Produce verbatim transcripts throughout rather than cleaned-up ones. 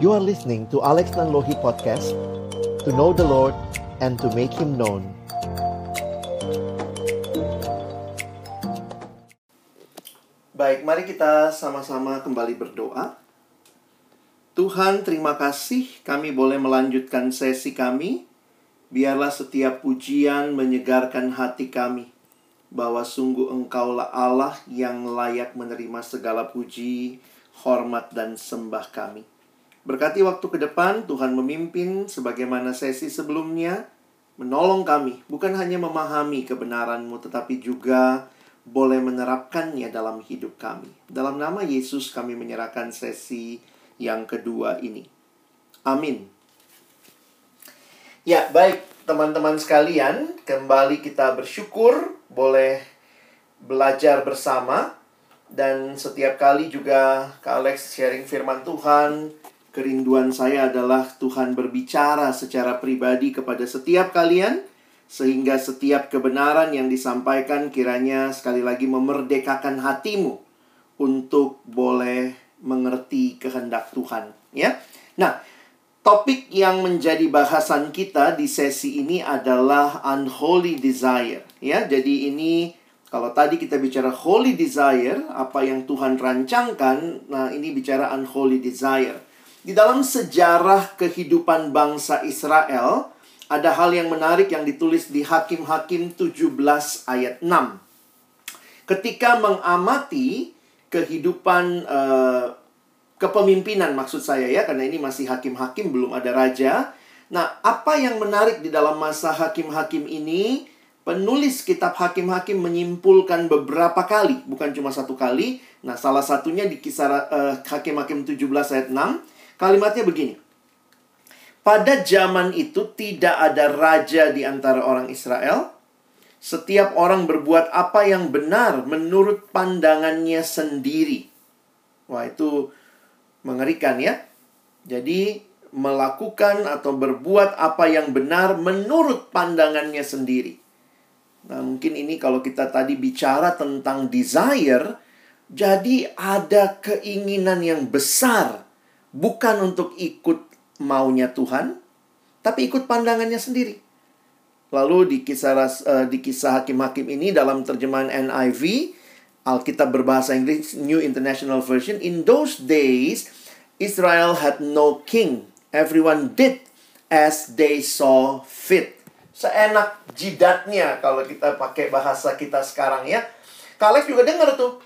You are listening to Alex Nanlohi Podcast, to know the Lord and to make Him known. Baik, mari kita sama-sama kembali berdoa. Tuhan, terima kasih kami boleh melanjutkan sesi kami. Biarlah setiap pujian menyegarkan hati kami, bahwa sungguh Engkaulah Allah yang layak menerima segala puji, hormat, dan sembah kami. Berkati waktu ke depan, Tuhan memimpin sebagaimana sesi sebelumnya, menolong kami, bukan hanya memahami kebenaran-Mu, tetapi juga boleh menerapkannya dalam hidup kami. Dalam nama Yesus kami menyerahkan sesi yang kedua ini. Amin. Ya, baik teman-teman sekalian, kembali kita bersyukur boleh belajar bersama. Dan setiap kali juga Kak Alex sharing firman Tuhan, kerinduan saya adalah Tuhan berbicara secara pribadi kepada setiap kalian, sehingga setiap kebenaran yang disampaikan kiranya sekali lagi memerdekakan hatimu untuk boleh mengerti kehendak Tuhan, ya. Nah, topik yang menjadi bahasan kita di sesi ini adalah unholy desire, ya. Jadi ini kalau tadi kita bicara holy desire, apa yang Tuhan rancangkan, nah ini bicara unholy desire. Di dalam sejarah kehidupan bangsa Israel, ada hal yang menarik yang ditulis di Hakim-Hakim tujuh belas ayat enam. Ketika mengamati kehidupan uh, kepemimpinan maksud saya ya, karena ini masih Hakim-Hakim, belum ada raja. Nah, apa yang menarik di dalam masa Hakim-Hakim ini, penulis kitab Hakim-Hakim menyimpulkan beberapa kali, bukan cuma satu kali. Nah, salah satunya di kisah uh, Hakim-Hakim tujuh belas ayat enam. Kalimatnya begini. Pada zaman itu tidak ada raja di antara orang Israel. Setiap orang berbuat apa yang benar menurut pandangannya sendiri. Wah, itu mengerikan ya. Jadi melakukan atau berbuat apa yang benar menurut pandangannya sendiri. Nah, mungkin ini kalau kita tadi bicara tentang desire, jadi ada keinginan yang besar. Bukan untuk ikut maunya Tuhan, tapi ikut pandangannya sendiri. Lalu di kisah, uh, di kisah Hakim-Hakim ini dalam terjemahan N I V, Alkitab berbahasa Inggris, New International Version, in those days, Israel had no king. Everyone did as they saw fit. Seenak jidatnya kalau kita pakai bahasa kita sekarang ya. Kalian juga dengar tuh.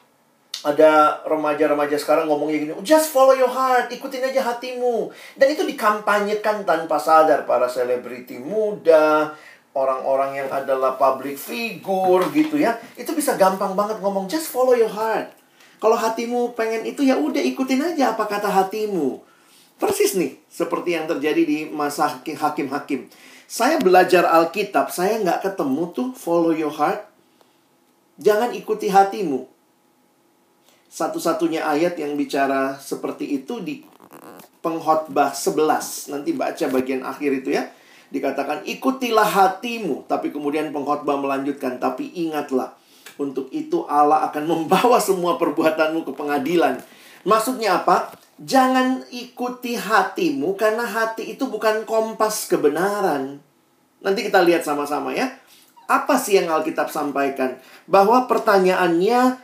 Ada remaja-remaja sekarang ngomongnya gini, just follow your heart, ikutin aja hatimu. Dan itu dikampanyekan tanpa sadar. Para selebriti muda, orang-orang yang adalah public figure gitu ya, itu bisa gampang banget ngomong, just follow your heart. Kalau hatimu pengen itu, ya udah ikutin aja apa kata hatimu. Persis nih, seperti yang terjadi di masa Hakim-Hakim. Saya belajar Alkitab, saya nggak ketemu tuh follow your heart. Jangan ikuti hatimu. Satu-satunya ayat yang bicara seperti itu di Pengkhotbah sebelas. Nanti baca bagian akhir itu ya. Dikatakan, ikutilah hatimu. Tapi kemudian Pengkhotbah melanjutkan, tapi ingatlah, untuk itu Allah akan membawa semua perbuatanmu ke pengadilan. Maksudnya apa? Jangan ikuti hatimu, karena hati itu bukan kompas kebenaran. Nanti kita lihat sama-sama ya. Apa sih yang Alkitab sampaikan? Bahwa pertanyaannya,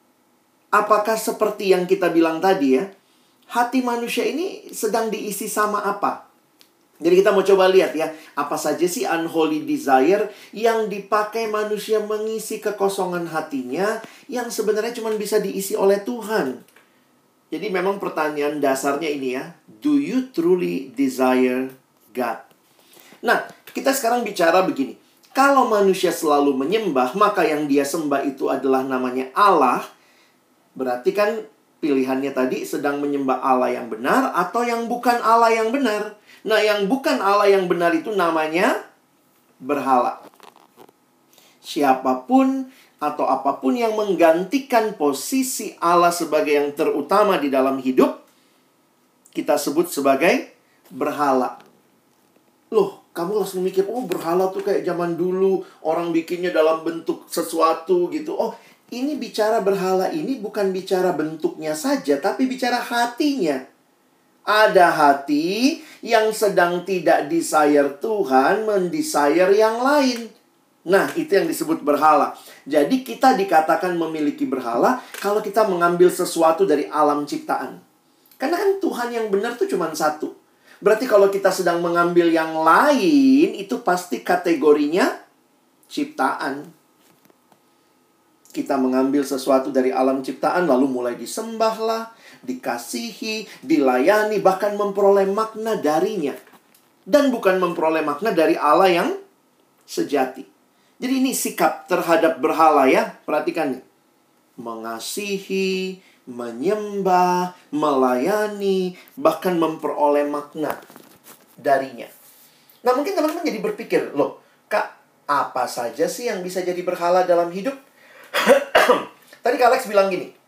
apakah seperti yang kita bilang tadi ya, hati manusia ini sedang diisi sama apa? Jadi kita mau coba lihat ya, apa saja sih unholy desire yang dipakai manusia mengisi kekosongan hatinya, yang sebenarnya cuma bisa diisi oleh Tuhan. Jadi memang pertanyaan dasarnya ini ya, do you truly desire God? Nah, kita sekarang bicara begini. Kalau manusia selalu menyembah, maka yang dia sembah itu adalah namanya Allah. Berarti kan pilihannya tadi sedang menyembah Allah yang benar atau yang bukan Allah yang benar. Nah, yang bukan Allah yang benar itu namanya berhala. Siapapun atau apapun yang menggantikan posisi Allah sebagai yang terutama di dalam hidup, kita sebut sebagai berhala. Loh, kamu langsung mikir, oh berhala tuh kayak zaman dulu, orang bikinnya dalam bentuk sesuatu gitu. Oh, ini bicara berhala ini bukan bicara bentuknya saja, tapi bicara hatinya. Ada hati yang sedang tidak desire Tuhan, mendesire yang lain. Nah, itu yang disebut berhala. Jadi kita dikatakan memiliki berhala kalau kita mengambil sesuatu dari alam ciptaan. Karena kan Tuhan yang benar tuh cuma satu. Berarti kalau kita sedang mengambil yang lain, itu pasti kategorinya ciptaan. Kita mengambil sesuatu dari alam ciptaan, lalu mulai disembahlah, dikasihi, dilayani, bahkan memperoleh makna darinya. Dan bukan memperoleh makna dari Allah yang sejati. Jadi ini sikap terhadap berhala ya. Perhatikan nih. Mengasihi, menyembah, melayani, bahkan memperoleh makna darinya. Nah, mungkin teman-teman jadi berpikir, loh, Kak, apa saja sih yang bisa jadi berhala dalam hidup? Tadi Kak Alex bilang gini,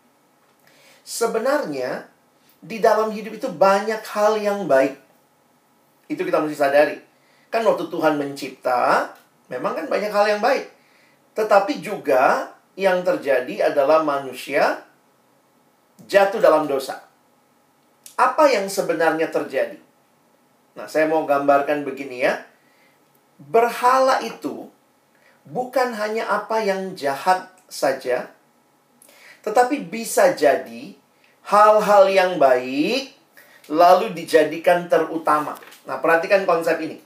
sebenarnya di dalam hidup itu banyak hal yang baik. Itu kita mesti sadari. Kan waktu Tuhan mencipta, memang kan banyak hal yang baik. Tetapi juga yang terjadi adalah manusia jatuh dalam dosa. Apa yang sebenarnya terjadi? Nah, saya mau gambarkan begini ya. Berhala itu bukan hanya apa yang jahat saja, tetapi bisa jadi hal-hal yang baik lalu dijadikan terutama. Nah, perhatikan konsep ini.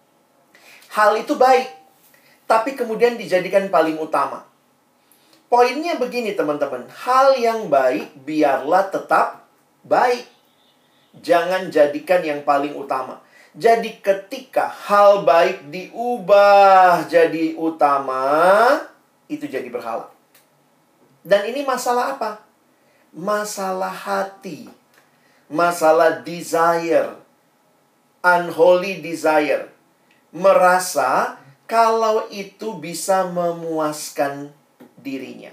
Hal itu baik, tapi kemudian dijadikan paling utama. Poinnya begini teman-teman. Hal yang baik biarlah tetap baik. Jangan jadikan yang paling utama. Jadi ketika hal baik diubah jadi utama, itu jadi berhala. Dan ini masalah apa? Masalah hati. Masalah desire. Unholy desire. Merasa kalau itu bisa memuaskan dirinya.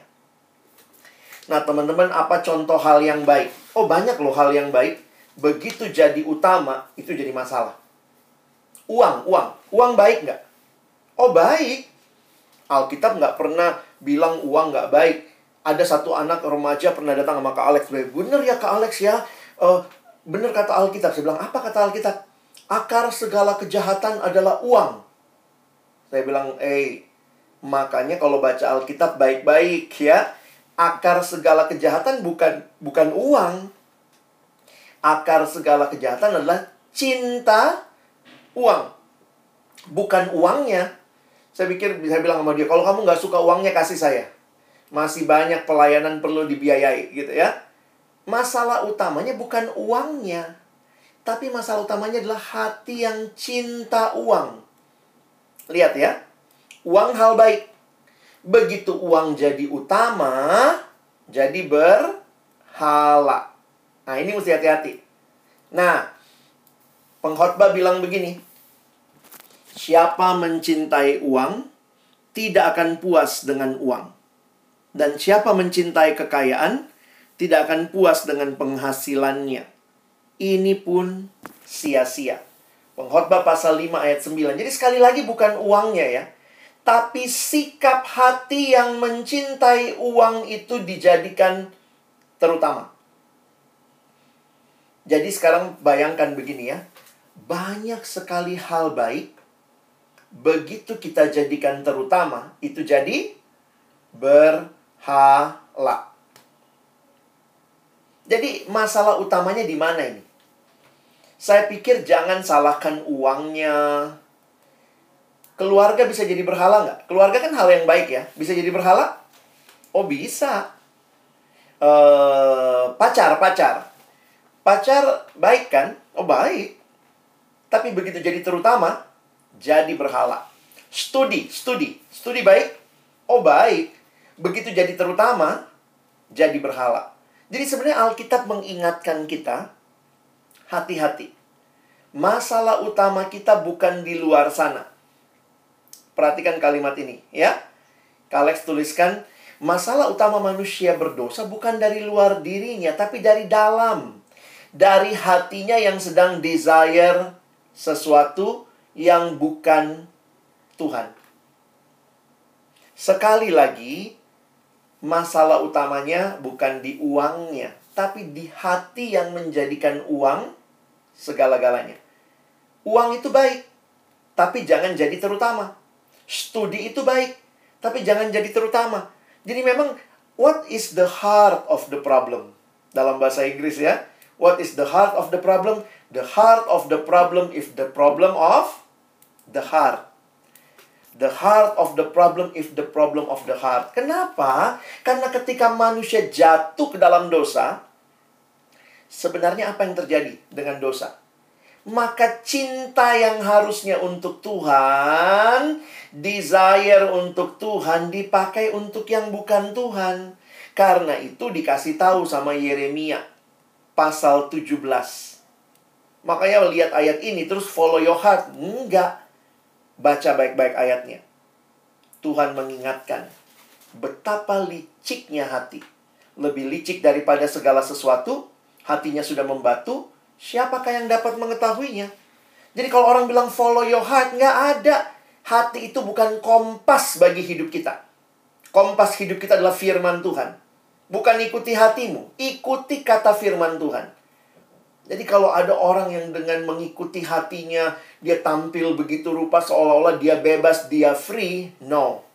Nah, teman-teman, apa contoh hal yang baik? Oh, banyak loh hal yang baik. Begitu jadi utama, itu jadi masalah. Uang, uang. Uang baik nggak? Oh, baik. Alkitab nggak pernah bilang uang nggak baik. Ada satu anak remaja pernah datang sama Kak Alex. Bener ya Kak Alex ya? Uh, bener kata Alkitab. Saya bilang, apa kata Alkitab? Akar segala kejahatan adalah uang. Saya bilang, eh, makanya kalau baca Alkitab baik-baik ya. Akar segala kejahatan bukan bukan uang. Akar segala kejahatan adalah cinta uang. Bukan uangnya. Saya pikir bisa bilang sama dia, kalau kamu nggak suka uangnya, kasih saya. Masih banyak pelayanan perlu dibiayai gitu ya. Masalah utamanya bukan uangnya. Tapi masalah utamanya adalah hati yang cinta uang. Lihat ya. Uang hal baik. Begitu uang jadi utama, jadi berhala. Nah, ini mesti hati-hati. Nah, pengkhotbah bilang begini. Siapa mencintai uang, tidak akan puas dengan uang. Dan siapa mencintai kekayaan, tidak akan puas dengan penghasilannya. Ini pun sia-sia. Pengkhotbah pasal lima ayat sembilan. Jadi sekali lagi bukan uangnya ya. Tapi sikap hati yang mencintai uang itu dijadikan terutama. Jadi sekarang bayangkan begini ya. Banyak sekali hal baik. Begitu kita jadikan terutama, itu jadi berhala. Jadi masalah utamanya di mana ini? Saya pikir jangan salahkan uangnya. Keluarga bisa jadi berhala nggak? Keluarga kan hal yang baik ya. Bisa jadi berhala? Oh bisa. Uh, pacar, pacar. Pacar baik kan? Oh baik. Tapi begitu jadi terutama, jadi berhala. Studi, studi. Studi baik? Oh baik. Begitu jadi terutama, jadi berhala. Jadi sebenarnya Alkitab mengingatkan kita, hati-hati. Masalah utama kita bukan di luar sana. Perhatikan kalimat ini, ya. Kak Alex tuliskan, masalah utama manusia berdosa bukan dari luar dirinya, tapi dari dalam. Dari hatinya yang sedang desire sesuatu yang bukan Tuhan. Sekali lagi, masalah utamanya bukan di uangnya, tapi di hati yang menjadikan uang segala-galanya. Uang itu baik, tapi jangan jadi terutama. Studi itu baik, tapi jangan jadi terutama. Jadi memang, what is the heart of the problem? Dalam bahasa Inggris ya. What is the heart of the problem? The heart of the problem is the problem of the heart. The heart of the problem is the problem of the heart. Kenapa? Karena ketika manusia jatuh ke dalam dosa, sebenarnya apa yang terjadi dengan dosa? Maka cinta yang harusnya untuk Tuhan, desire untuk Tuhan, dipakai untuk yang bukan Tuhan. Karena itu dikasih tahu sama Yeremia pasal tujuh belas. Makanya lihat ayat ini terus follow your heart. Enggak. Baca baik-baik ayatnya. Tuhan mengingatkan betapa liciknya hati. Lebih licik daripada segala sesuatu. Hatinya sudah membatu. Siapakah yang dapat mengetahuinya? Jadi kalau orang bilang follow your heart, nggak ada. Hati itu bukan kompas bagi hidup kita. Kompas hidup kita adalah firman Tuhan. Bukan ikuti hatimu, ikuti kata firman Tuhan. Jadi kalau ada orang yang dengan mengikuti hatinya, dia tampil begitu rupa seolah-olah dia bebas, dia free. No.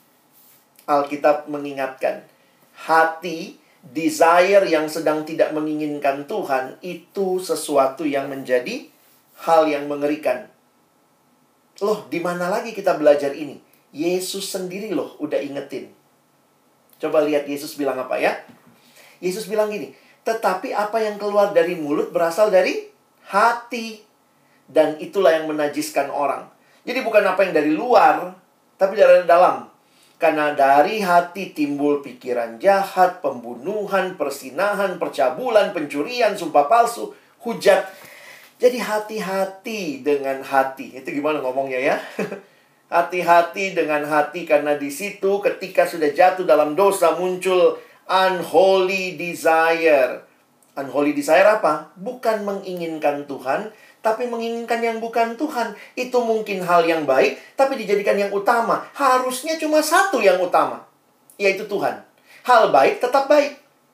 Alkitab mengingatkan, hati, desire yang sedang tidak menginginkan Tuhan, itu sesuatu yang menjadi hal yang mengerikan. Loh, di mana lagi kita belajar ini? Yesus sendiri loh udah ingetin. Coba lihat Yesus bilang apa ya? Yesus bilang gini, tetapi apa yang keluar dari mulut berasal dari hati. Dan itulah yang menajiskan orang. Jadi bukan apa yang dari luar, tapi dari dalam. Karena dari hati timbul pikiran jahat, pembunuhan, persinahan, percabulan, pencurian, sumpah palsu, hujat. Jadi hati-hati dengan hati. Itu gimana ngomongnya ya? Hati-hati dengan hati, karena di situ ketika sudah jatuh dalam dosa muncul unholy desire. Unholy desire apa? Bukan menginginkan Tuhan, tapi menginginkan yang bukan Tuhan. Itu mungkin hal yang baik, tapi dijadikan yang utama. Harusnya cuma satu yang utama, yaitu Tuhan. Hal baik tetap baik.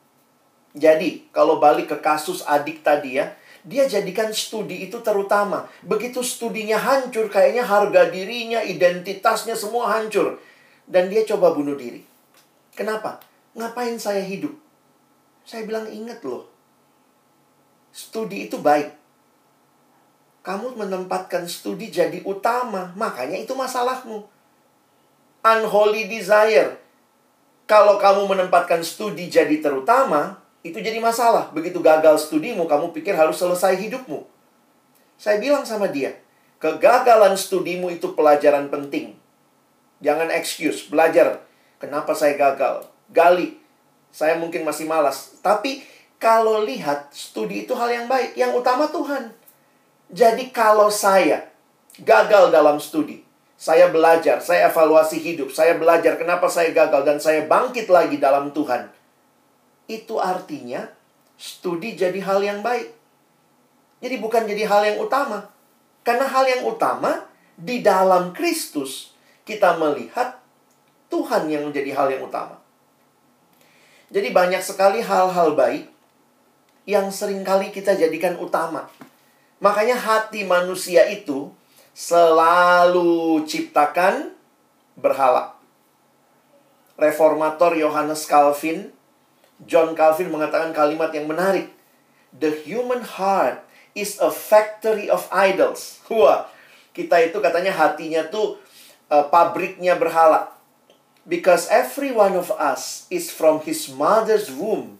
Jadi, kalau balik ke kasus adik tadi ya, dia jadikan studi itu terutama. Begitu studinya hancur, kayaknya harga dirinya, identitasnya semua hancur. Dan dia coba bunuh diri. Kenapa? Ngapain saya hidup? Saya bilang, ingat loh. Studi itu baik. Kamu menempatkan studi jadi utama. Makanya itu masalahmu. Unholy desire. Kalau kamu menempatkan studi jadi terutama, itu jadi masalah. Begitu gagal studimu, kamu pikir harus selesai hidupmu. Saya bilang sama dia, kegagalan studimu itu pelajaran penting. Jangan excuse, belajar. Kenapa saya gagal? Gali. Saya mungkin masih malas. Tapi kalau lihat, studi itu hal yang baik. Yang utama Tuhan. Jadi kalau saya gagal dalam studi, saya belajar, saya evaluasi hidup, saya belajar kenapa saya gagal, dan saya bangkit lagi dalam Tuhan. Itu artinya studi jadi hal yang baik. Jadi bukan jadi hal yang utama. Karena hal yang utama di dalam Kristus, kita melihat Tuhan yang menjadi hal yang utama. Jadi banyak sekali hal-hal baik yang seringkali kita jadikan utama. Makanya hati manusia itu selalu ciptakan berhala. Reformator Yohanes Calvin, John Calvin mengatakan kalimat yang menarik. The human heart is a factory of idols. Wah, kita itu katanya hatinya tuh uh, pabriknya berhala. Because every one of us is from his mother's womb,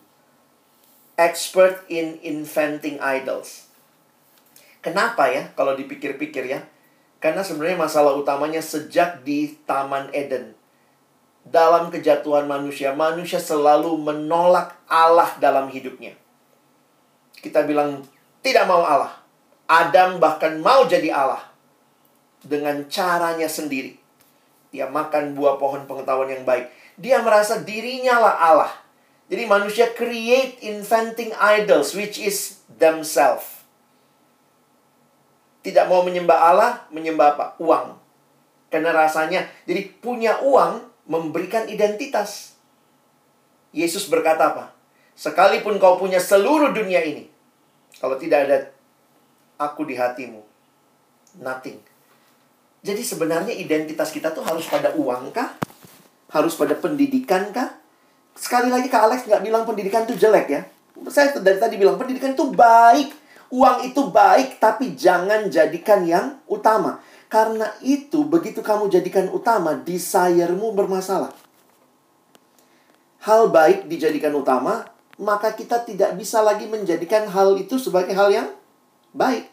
expert in inventing idols. Kenapa ya kalau dipikir-pikir ya? Karena sebenarnya masalah utamanya sejak di Taman Eden. Dalam kejatuhan manusia, manusia selalu menolak Allah dalam hidupnya. Kita bilang tidak mau Allah. Adam bahkan mau jadi Allah dengan caranya sendiri. Dia makan buah pohon pengetahuan yang baik. Dia merasa dirinya lah Allah. Jadi manusia create inventing idols, which is themselves. Tidak mau menyembah Allah, menyembah apa? Uang. Karena rasanya, jadi punya uang memberikan identitas. Yesus berkata apa? Sekalipun kau punya seluruh dunia ini, kalau tidak ada aku di hatimu? Nothing. Jadi sebenarnya identitas kita tuh harus pada uang kah? Harus pada pendidikan kah? Sekali lagi Kak Alex nggak bilang pendidikan itu jelek ya. Saya dari tadi bilang pendidikan itu baik. Uang itu baik, tapi jangan jadikan yang utama. Karena itu begitu kamu jadikan utama, desire-mu bermasalah. Hal baik dijadikan utama, maka kita tidak bisa lagi menjadikan hal itu sebagai hal yang baik.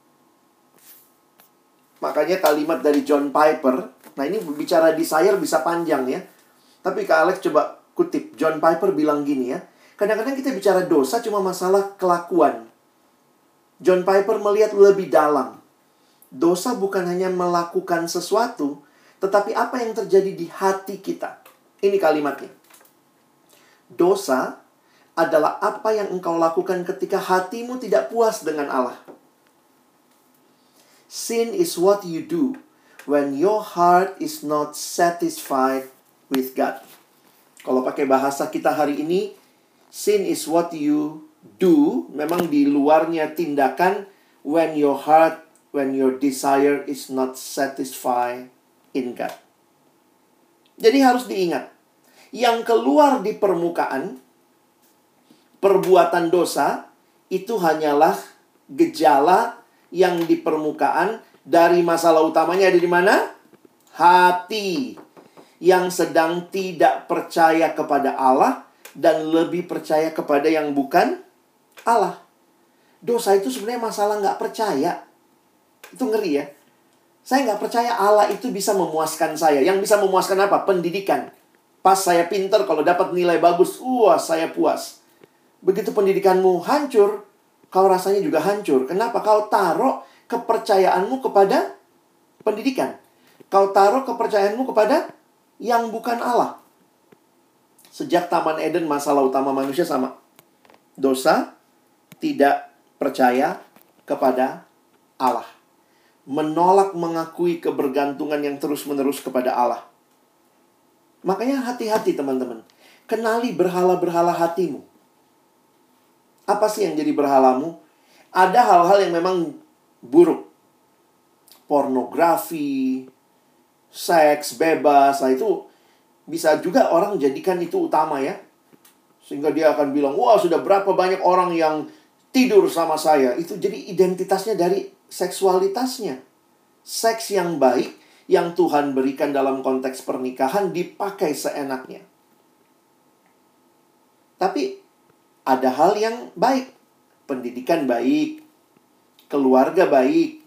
Makanya kalimat dari John Piper, nah ini bicara desire bisa panjang ya. Tapi Kak Alex coba kutip, John Piper bilang gini ya. Kadang-kadang kita bicara dosa cuma masalah kelakuan. John Piper melihat lebih dalam. Dosa bukan hanya melakukan sesuatu, tetapi apa yang terjadi di hati kita. Ini kalimatnya. Dosa adalah apa yang engkau lakukan ketika hatimu tidak puas dengan Allah. Sin is what you do when your heart is not satisfied with God. Kalau pakai bahasa kita hari ini, sin is what you do, memang di luarnya tindakan, when your heart, when your desire is not satisfied in God. Jadi harus diingat, yang keluar di permukaan, perbuatan dosa, itu hanyalah gejala yang di permukaan dari masalah utamanya ada di mana? Hati yang sedang tidak percaya kepada Allah dan lebih percaya kepada yang bukan Allah. Dosa itu sebenarnya masalah nggak percaya. Itu ngeri ya. Saya nggak percaya Allah itu bisa memuaskan saya. Yang bisa memuaskan apa? Pendidikan. Pas saya pinter, kalau dapat nilai bagus, wah saya puas. Begitu pendidikanmu hancur, kau rasanya juga hancur. Kenapa? Kau taruh kepercayaanmu kepada pendidikan. Kau taruh kepercayaanmu kepada yang bukan Allah. Sejak Taman Eden, masalah utama manusia sama. Dosa, tidak percaya kepada Allah. Menolak mengakui kebergantungan yang terus-menerus kepada Allah. Makanya hati-hati teman-teman. Kenali berhala-berhala hatimu. Apa sih yang jadi berhalamu? Ada hal-hal yang memang buruk. Pornografi, seks bebas, nah itu bisa juga orang jadikan itu utama ya. Sehingga dia akan bilang, wah sudah berapa banyak orang yang tidur sama saya. Itu jadi identitasnya dari seksualitasnya. Seks yang baik, yang Tuhan berikan dalam konteks pernikahan, dipakai seenaknya. Tapi ada hal yang baik. Pendidikan baik. Keluarga baik.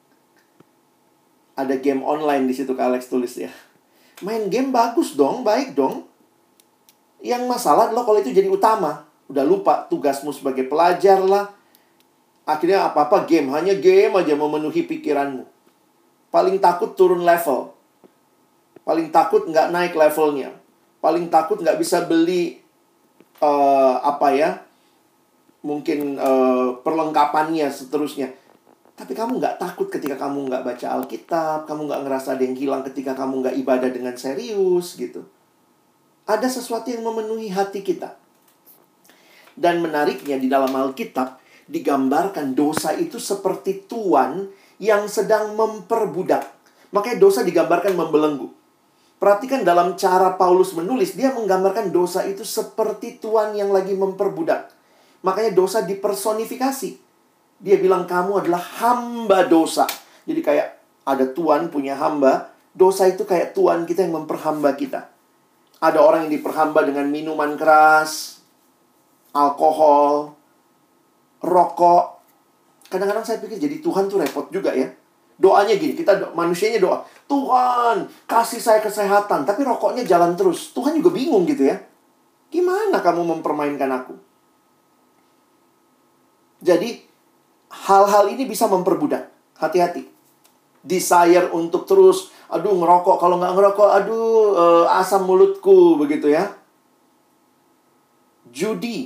Ada game online di situ Kak Alex tulis ya. Main game bagus dong, baik dong. Yang masalah adalah kalau itu jadi utama. Udah lupa tugasmu sebagai pelajar lah. Akhirnya apa-apa game. Hanya game aja memenuhi pikiranmu. Paling takut turun level. Paling takut nggak naik levelnya. Paling takut nggak bisa beli Uh, apa ya, mungkin uh, perlengkapannya seterusnya. Tapi kamu nggak takut ketika kamu nggak baca Alkitab, kamu nggak ngerasa ada yang hilang ketika kamu nggak ibadah dengan serius gitu. Ada sesuatu yang memenuhi hati kita. Dan menariknya di dalam Alkitab digambarkan dosa itu seperti tuan yang sedang memperbudak. Makanya dosa digambarkan membelenggu. Perhatikan dalam cara Paulus menulis, dia menggambarkan dosa itu seperti tuan yang lagi memperbudak. Makanya dosa dipersonifikasi. Dia bilang kamu adalah hamba dosa. Jadi kayak ada tuan punya hamba, dosa itu kayak tuan kita yang memperhamba kita. Ada orang yang diperhamba dengan minuman keras, alkohol, rokok. Kadang-kadang saya pikir jadi Tuhan tuh repot juga ya. Doanya gini, kita do- manusianya doa, Tuhan kasih saya kesehatan, tapi rokoknya jalan terus. Tuhan juga bingung gitu ya. Gimana kamu mempermainkan aku? Jadi hal-hal ini bisa memperbudak. Hati-hati. Desire untuk terus, aduh ngerokok, kalau nggak ngerokok, aduh uh, asam mulutku, begitu ya. Judi.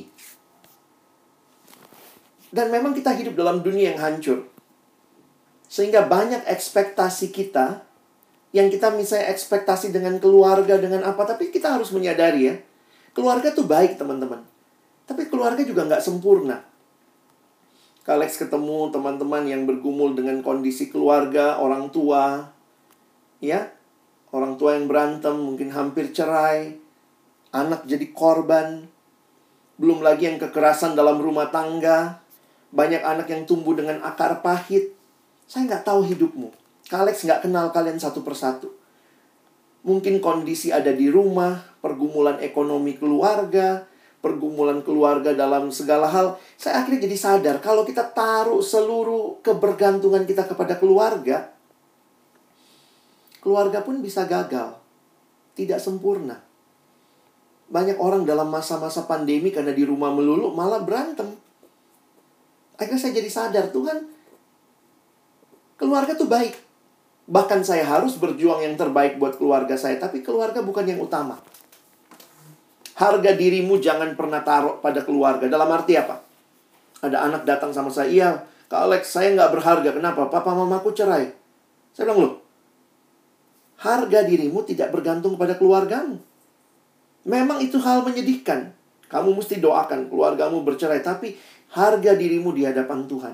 Dan memang kita hidup dalam dunia yang hancur. Sehingga banyak ekspektasi kita, yang kita misalnya ekspektasi dengan keluarga, dengan apa, tapi kita harus menyadari ya, keluarga tuh baik teman-teman. Tapi keluarga juga nggak sempurna. Kak Alex ketemu teman-teman yang bergumul dengan kondisi keluarga, orang tua. Ya, orang tua yang berantem, mungkin hampir cerai. Anak jadi korban. Belum lagi yang kekerasan dalam rumah tangga. Banyak anak yang tumbuh dengan akar pahit. Saya nggak tahu hidupmu. Kak Alex nggak kenal kalian satu persatu. Mungkin kondisi ada di rumah, pergumulan ekonomi keluarga, pergumulan keluarga dalam segala hal. Saya akhirnya jadi sadar, kalau kita taruh seluruh kebergantungan kita kepada keluarga, keluarga pun bisa gagal. Tidak sempurna. Banyak orang dalam masa-masa pandemi karena di rumah melulu malah berantem. Akhirnya saya jadi sadar, Tuhan, keluarga tuh baik. Bahkan saya harus berjuang yang terbaik buat keluarga saya. Tapi keluarga bukan yang utama. Harga dirimu jangan pernah taruh pada keluarga. Dalam arti apa? Ada anak datang sama saya. Iya, Kak Alex, saya nggak berharga. Kenapa? Papa mamaku cerai. Saya bilang, loh, harga dirimu tidak bergantung pada keluargamu. Memang itu hal menyedihkan. Kamu mesti doakan keluargamu bercerai. Tapi harga dirimu di hadapan Tuhan.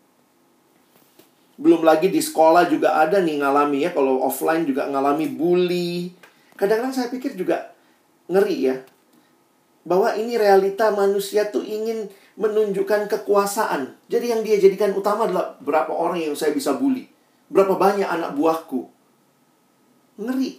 Belum lagi di sekolah juga ada nih ngalami ya. Kalau offline juga ngalami bully. Kadang-kadang saya pikir juga ngeri ya. Bahwa ini realita manusia tuh ingin menunjukkan kekuasaan. Jadi yang dia jadikan utama adalah berapa orang yang saya bisa bully. Berapa banyak anak buahku. Ngeri.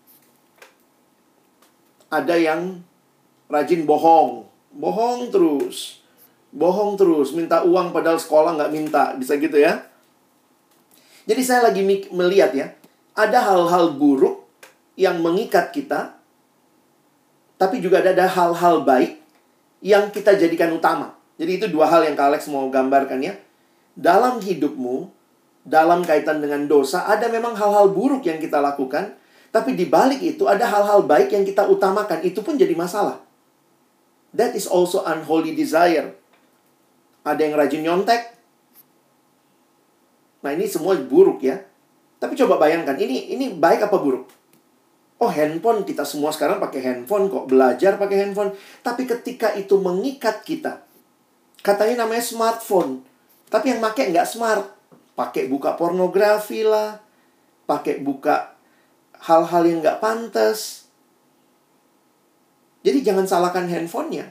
Ada yang rajin bohong. Bohong terus. Bohong terus. Minta uang padahal sekolah nggak minta. Bisa gitu ya. Jadi saya lagi melihat ya, ada hal-hal buruk yang mengikat kita, tapi juga ada hal-hal baik yang kita jadikan utama. Jadi itu dua hal yang Kak Alex mau gambarkan ya. Dalam hidupmu, dalam kaitan dengan dosa, ada memang hal-hal buruk yang kita lakukan, tapi di balik itu ada hal-hal baik yang kita utamakan. Itu pun jadi masalah. That is also unholy desire. Ada yang rajin nyontek. Nah, ini semua buruk ya. Tapi coba bayangkan, ini ini baik apa buruk? Oh, handphone, kita semua sekarang pakai handphone kok. Belajar pakai handphone. Tapi ketika itu mengikat kita, katanya namanya smartphone. Tapi yang pakai nggak smart. Pakai buka pornografi lah. Pakai buka hal-hal yang nggak pantas. Jadi jangan salahkan handphonenya.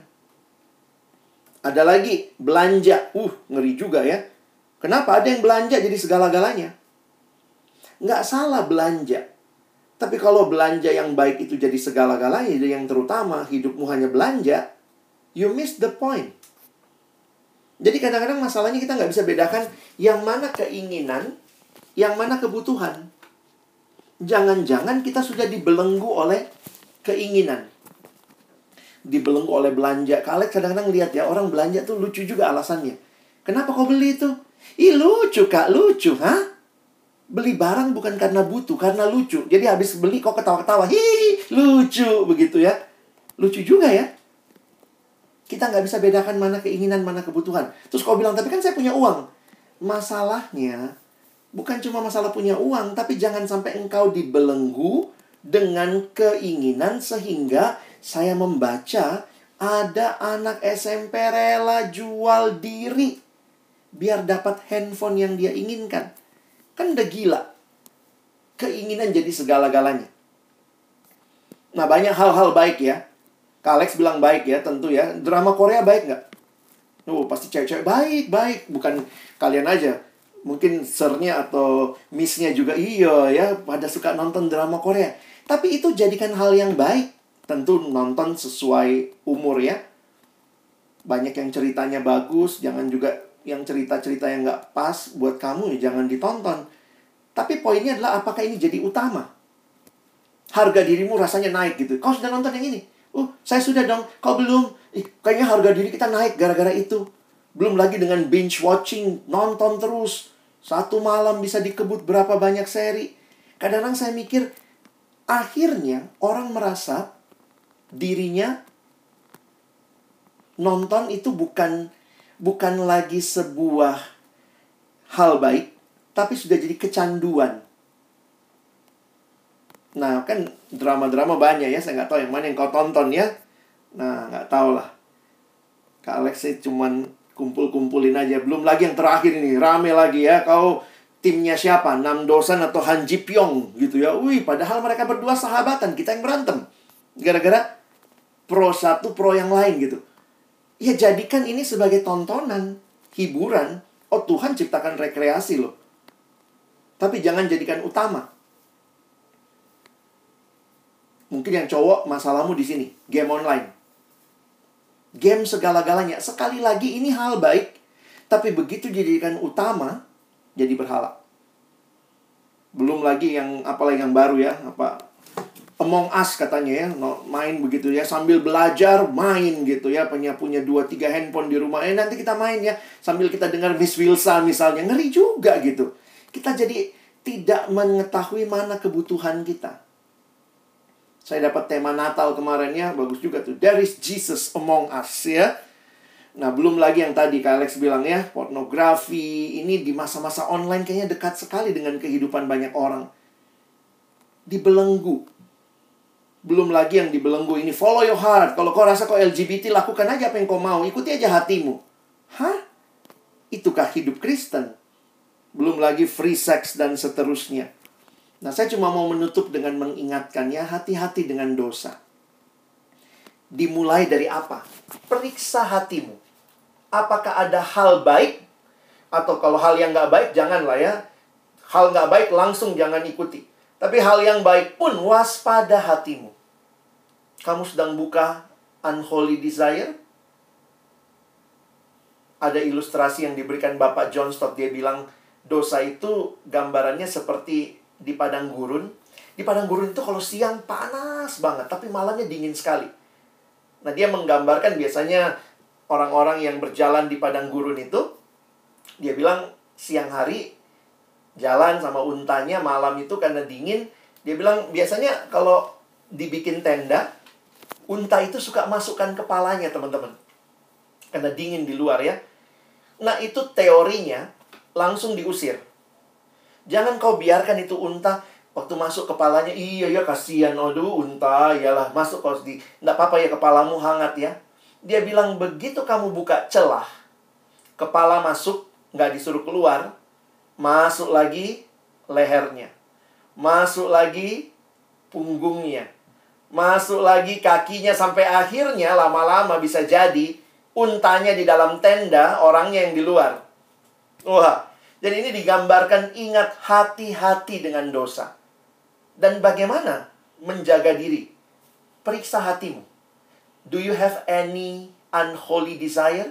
Ada lagi, belanja. Uh, ngeri juga ya. Kenapa? Ada yang belanja jadi segala-galanya. Nggak salah belanja. Tapi kalau belanja yang baik itu jadi segala-galanya, jadi yang terutama hidupmu hanya belanja, you miss the point. Jadi kadang-kadang masalahnya kita nggak bisa bedakan yang mana keinginan, yang mana kebutuhan. Jangan-jangan kita sudah dibelenggu oleh keinginan. Dibelenggu oleh belanja. Kalian kadang-kadang lihat ya, orang belanja tuh lucu juga alasannya. Kenapa kau beli itu? Ih, lucu kak, lucu, ha? Beli barang bukan karena butuh, karena lucu. Jadi habis beli kok ketawa-ketawa, hihi, lucu, begitu ya. Lucu juga ya. Kita nggak bisa bedakan mana keinginan, mana kebutuhan. Terus kau bilang, tapi kan saya punya uang. Masalahnya, bukan cuma masalah punya uang, tapi jangan sampai engkau dibelenggu dengan keinginan sehingga saya membaca ada anak S M P rela jual diri biar dapat handphone yang dia inginkan. Kan udah gila. Keinginan jadi segala-galanya. Nah, banyak hal-hal baik ya. Kak Alex bilang baik ya, tentu ya. Drama Korea baik nggak? Oh, pasti cewek-cewek baik, baik. Bukan kalian aja. Mungkin sirnya atau miss-nya juga iya ya, pada suka nonton drama Korea. Tapi itu jadikan hal yang baik. Tentu nonton sesuai umur ya. Banyak yang ceritanya bagus, jangan juga yang cerita-cerita yang nggak pas buat kamu ya jangan ditonton. Tapi poinnya adalah apakah ini jadi utama? Harga dirimu rasanya naik gitu. Kau sudah nonton yang ini? Uh, saya sudah dong. Kau belum? Ih, kayaknya harga diri kita naik gara-gara itu. Belum lagi dengan binge watching, nonton terus. Satu malam bisa dikebut berapa banyak seri. Kadang-kadang saya mikir, akhirnya orang merasa dirinya nonton itu bukan bukan lagi sebuah hal baik, tapi sudah jadi kecanduan. Nah, kan drama-drama banyak ya. Saya nggak tahu yang mana yang kau tonton ya. Nah, nggak tahu lah. Kak Alex sih cuman Kumpul-kumpulin aja. Belum lagi yang terakhir ini, rame lagi ya. Kau timnya siapa? Nam Dosan atau Han Ji Pyong gitu ya. Wih, padahal mereka berdua sahabatan, kita yang berantem. Gara-gara pro satu, pro yang lain gitu. Ya jadikan ini sebagai tontonan, hiburan. Oh, Tuhan ciptakan rekreasi loh. Tapi jangan jadikan utama. Mungkin yang cowok masalahmu di sini, game online. Game segala-galanya. Sekali lagi ini hal baik, tapi begitu dijadikan utama, jadi berhala. Belum lagi yang apalagi yang baru ya, apa Among Us katanya ya, main begitu ya, sambil belajar main gitu ya, punya punya dua tiga handphone di rumah. Eh nanti kita main ya, sambil kita dengar Miss Wilsa misalnya, ngeri juga gitu. Kita jadi tidak mengetahui mana kebutuhan kita. Saya dapat tema Natal kemarin ya, bagus juga tuh. There is Jesus among us ya. Nah, belum lagi yang tadi Kak Alex bilang ya, pornografi ini di masa-masa online kayaknya dekat sekali dengan kehidupan banyak orang. Dibelenggu. Belum lagi yang dibelenggu ini, follow your heart. Kalau kau rasa kau L G B T, lakukan aja apa yang kau mau. Ikuti aja hatimu. Hah? Itukah hidup Kristen? Belum lagi free sex dan seterusnya. Nah, saya cuma mau menutup dengan mengingatkan ya, hati-hati dengan dosa. Dimulai dari apa? Periksa hatimu. Apakah ada hal baik? Atau kalau hal yang nggak baik, janganlah ya. Hal nggak baik langsung jangan ikuti. Tapi hal yang baik pun waspada hatimu. Kamu sedang buka unholy desire? Ada ilustrasi yang diberikan Bapak John Stott. Dia bilang, dosa itu gambarannya seperti di padang gurun. Di padang gurun itu kalau siang panas banget, tapi malamnya dingin sekali. Nah, dia menggambarkan biasanya orang-orang yang berjalan di padang gurun itu, dia bilang siang hari jalan sama untanya, malam itu karena dingin. Dia bilang biasanya kalau dibikin tenda, unta itu suka masukkan kepalanya, teman-teman. Karena dingin di luar ya. Nah, itu teorinya langsung diusir. Jangan kau biarkan itu unta waktu masuk kepalanya, iya ya kasihan, aduh unta, iyalah masuk kau di, nggak apa-apa ya kepalamu hangat ya. Dia bilang begitu kamu buka celah, kepala masuk, nggak disuruh keluar, masuk lagi lehernya, masuk lagi punggungnya, masuk lagi kakinya, sampai akhirnya lama-lama bisa jadi untanya di dalam tenda, orangnya yang di luar. Wah. Jadi ini digambarkan, ingat, hati-hati dengan dosa. Dan bagaimana menjaga diri? Periksa hatimu. Do you have any unholy desire?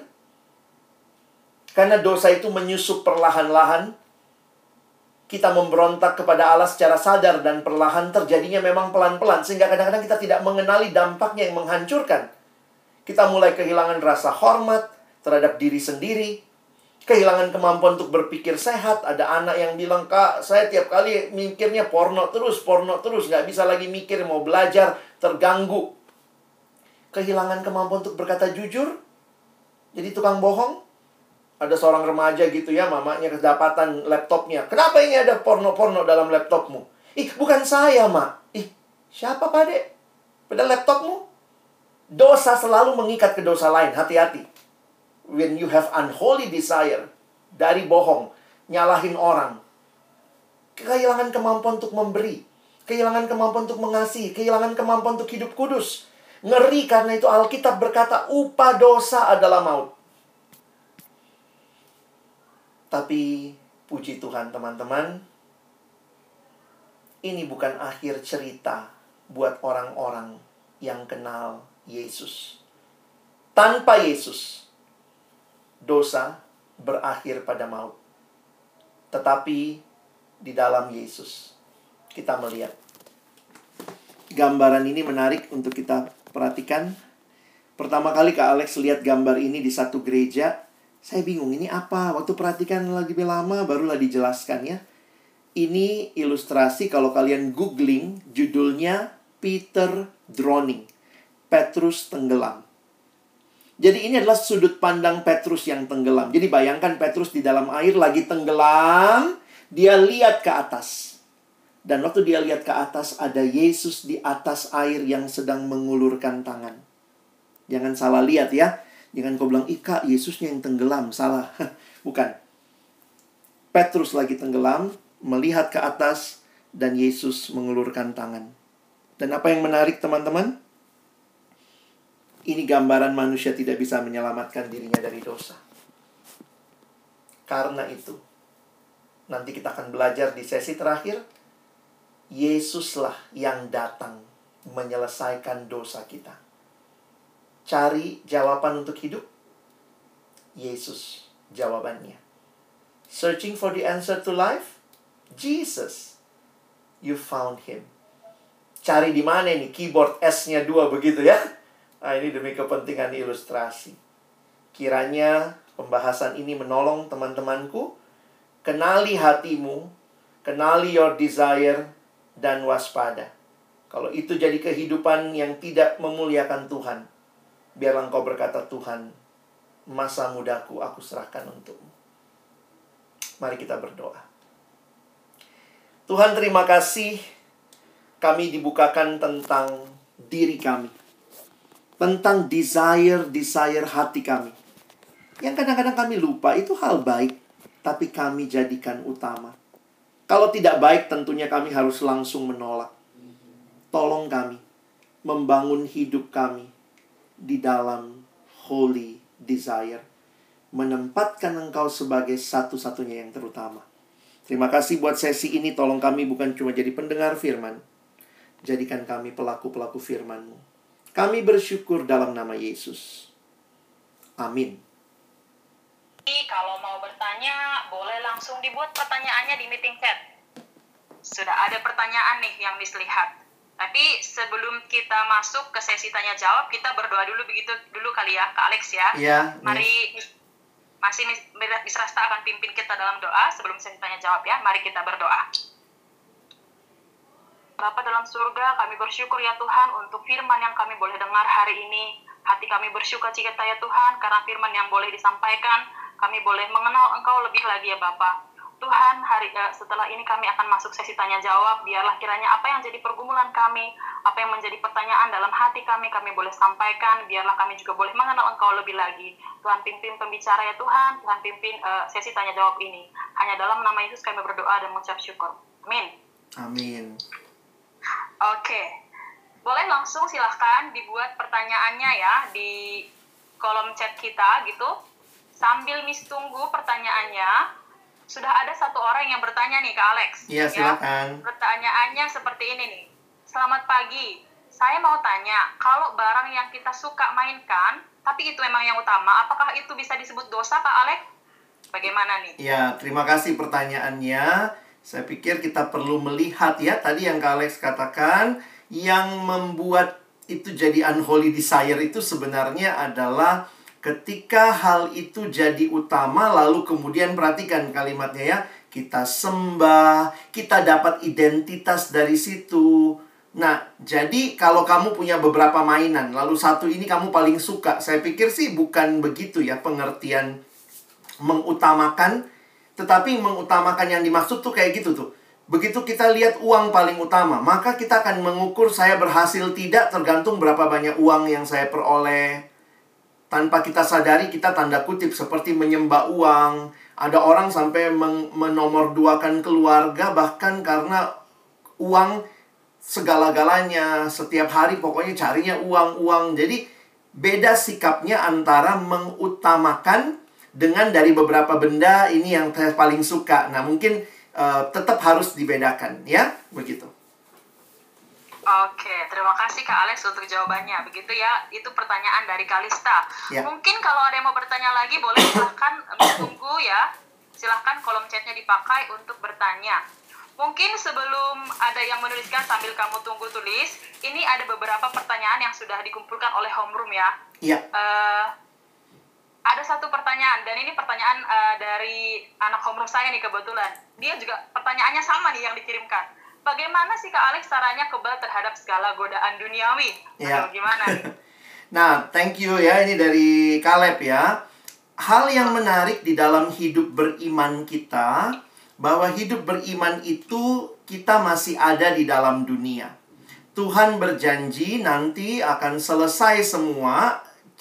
Karena dosa itu menyusup perlahan-lahan. Kita memberontak kepada Allah secara sadar dan perlahan, terjadinya memang pelan-pelan. Sehingga kadang-kadang kita tidak mengenali dampaknya yang menghancurkan. Kita mulai kehilangan rasa hormat terhadap diri sendiri. Kehilangan kemampuan untuk berpikir sehat. Ada anak yang bilang, Kak, saya tiap kali mikirnya porno terus, porno terus. Nggak bisa lagi mikir, mau belajar, terganggu. Kehilangan kemampuan untuk berkata jujur. Jadi tukang bohong. Ada seorang remaja gitu ya, mamanya kedapatan laptopnya. Kenapa ini ada porno-porno dalam laptopmu? Ih, bukan saya, Mak. Ih, siapa, Pak Dek? Pada laptopmu? Dosa selalu mengikat ke dosa lain, hati-hati. When you have unholy desire, dari bohong, nyalahin orang, kehilangan kemampuan untuk memberi, kehilangan kemampuan untuk mengasihi, kehilangan kemampuan untuk hidup kudus. Ngeri karena itu Alkitab berkata, upah dosa adalah maut. Tapi, puji Tuhan teman-teman, ini bukan akhir cerita buat orang-orang yang kenal Yesus. Tanpa Yesus, dosa berakhir pada maut. Tetapi di dalam Yesus kita melihat. Gambaran ini menarik untuk kita perhatikan. Pertama kali Kak Alex lihat gambar ini di satu gereja, saya bingung ini apa. Waktu perhatikan lagi lama barulah dijelaskan ya. Ini ilustrasi, kalau kalian googling, judulnya Peter Drowning, Petrus tenggelam. Jadi ini adalah sudut pandang Petrus yang tenggelam. Jadi bayangkan Petrus di dalam air lagi tenggelam. Dia lihat ke atas. Dan waktu dia lihat ke atas, ada Yesus di atas air yang sedang mengulurkan tangan. Jangan salah lihat ya. Jangan kau bilang, ih Kak, Yesusnya yang tenggelam. Salah. Bukan. Petrus lagi tenggelam, melihat ke atas, dan Yesus mengulurkan tangan. Dan apa yang menarik teman-teman? Ini gambaran manusia tidak bisa menyelamatkan dirinya dari dosa. Karena itu, nanti kita akan belajar di sesi terakhir, Yesuslah yang datang menyelesaikan dosa kita. Cari jawaban untuk hidup, Yesus jawabannya. Searching for the answer to life, Jesus. You found him. Cari di mana ini? Keyboard S-nya dua begitu ya. Nah, ini demi kepentingan ilustrasi. Kiranya pembahasan ini menolong teman-temanku. Kenali hatimu, kenali your desire, dan waspada. Kalau itu jadi kehidupan yang tidak memuliakan Tuhan, biarlah engkau berkata, Tuhan, masa mudaku aku serahkan untukmu. Mari kita berdoa. Tuhan, terima kasih kami dibukakan tentang diri kami. Tentang desire-desire hati kami. Yang kadang-kadang kami lupa, itu hal baik, tapi kami jadikan utama. Kalau tidak baik, tentunya kami harus langsung menolak. Tolong kami membangun hidup kami di dalam holy desire. Menempatkan Engkau sebagai satu-satunya yang terutama. Terima kasih buat sesi ini. Tolong kami bukan cuma jadi pendengar firman. Jadikan kami pelaku-pelaku firman-Mu. Kami bersyukur dalam nama Yesus. Amin. Kalau mau bertanya, boleh langsung dibuat pertanyaannya di meeting chat. Sudah ada pertanyaan nih yang Miss lihat. Tapi sebelum kita masuk ke sesi tanya jawab, kita berdoa dulu begitu dulu kali ya, Kak Alex ya. Iya. Mari, masih Miss Rasta akan pimpin kita dalam doa sebelum sesi tanya jawab ya. Mari kita berdoa. Bapa dalam surga, kami bersyukur ya Tuhan untuk firman yang kami boleh dengar hari ini. Hati kami bersyukur cita ya Tuhan, karena firman yang boleh disampaikan, kami boleh mengenal Engkau lebih lagi ya Bapa. Tuhan, hari uh, setelah ini kami akan masuk sesi tanya jawab. Biarlah kiranya apa yang jadi pergumulan kami, apa yang menjadi pertanyaan dalam hati kami, kami boleh sampaikan. Biarlah kami juga boleh mengenal Engkau lebih lagi. Tuhan pimpin pembicara ya Tuhan, Tuhan pimpin uh, sesi tanya jawab ini. Hanya dalam nama Yesus kami berdoa dan mengucap syukur. Amin. Amin. Oke, boleh langsung silahkan dibuat pertanyaannya ya di kolom chat kita gitu. Sambil Miss tunggu pertanyaannya, sudah ada satu orang yang bertanya nih Kak Alex. Iya, silakan. Ya, pertanyaannya seperti ini nih. Selamat pagi, saya mau tanya, kalau barang yang kita suka mainkan, tapi itu memang yang utama, apakah itu bisa disebut dosa Kak Alex? Bagaimana nih? Ya, terima kasih pertanyaannya. Saya pikir kita perlu melihat ya, tadi yang Kak Alex katakan, yang membuat itu jadi unholy desire itu sebenarnya adalah ketika hal itu jadi utama, lalu kemudian perhatikan kalimatnya ya, kita sembah, kita dapat identitas dari situ. Nah, jadi kalau kamu punya beberapa mainan, lalu satu ini kamu paling suka, saya pikir sih bukan begitu ya pengertian mengutamakan. Tetapi mengutamakan yang dimaksud tuh kayak gitu tuh. Begitu kita lihat uang paling utama, maka kita akan mengukur saya berhasil tidak tergantung berapa banyak uang yang saya peroleh. Tanpa kita sadari, kita tanda kutip seperti menyembah uang. Ada orang sampai menomorduakan keluarga bahkan karena uang segala-galanya. Setiap hari pokoknya carinya uang-uang. Jadi beda sikapnya antara mengutamakan dengan dari beberapa benda ini yang saya paling suka. Nah, mungkin uh, tetap harus dibedakan, ya, begitu. Oke, terima kasih Kak Alex untuk jawabannya. Begitu ya, itu pertanyaan dari Kalista. Ya. Mungkin kalau ada yang mau bertanya lagi, boleh silahkan tunggu ya. Silahkan kolom chatnya dipakai untuk bertanya. Mungkin sebelum ada yang menuliskan sambil kamu tunggu tulis, ini ada beberapa pertanyaan yang sudah dikumpulkan oleh Homeroom ya. Iya. Uh, Ada satu pertanyaan, dan ini pertanyaan uh, dari anak homeroom saya nih kebetulan. Dia juga pertanyaannya sama nih yang dikirimkan. Bagaimana sih Kak Alex caranya kebal terhadap segala godaan duniawi? Ya. Atau gimana nih? Nah, thank you ya, ini dari Caleb ya. Hal yang menarik di dalam hidup beriman kita, bahwa hidup beriman itu kita masih ada di dalam dunia. Tuhan berjanji nanti akan selesai semua.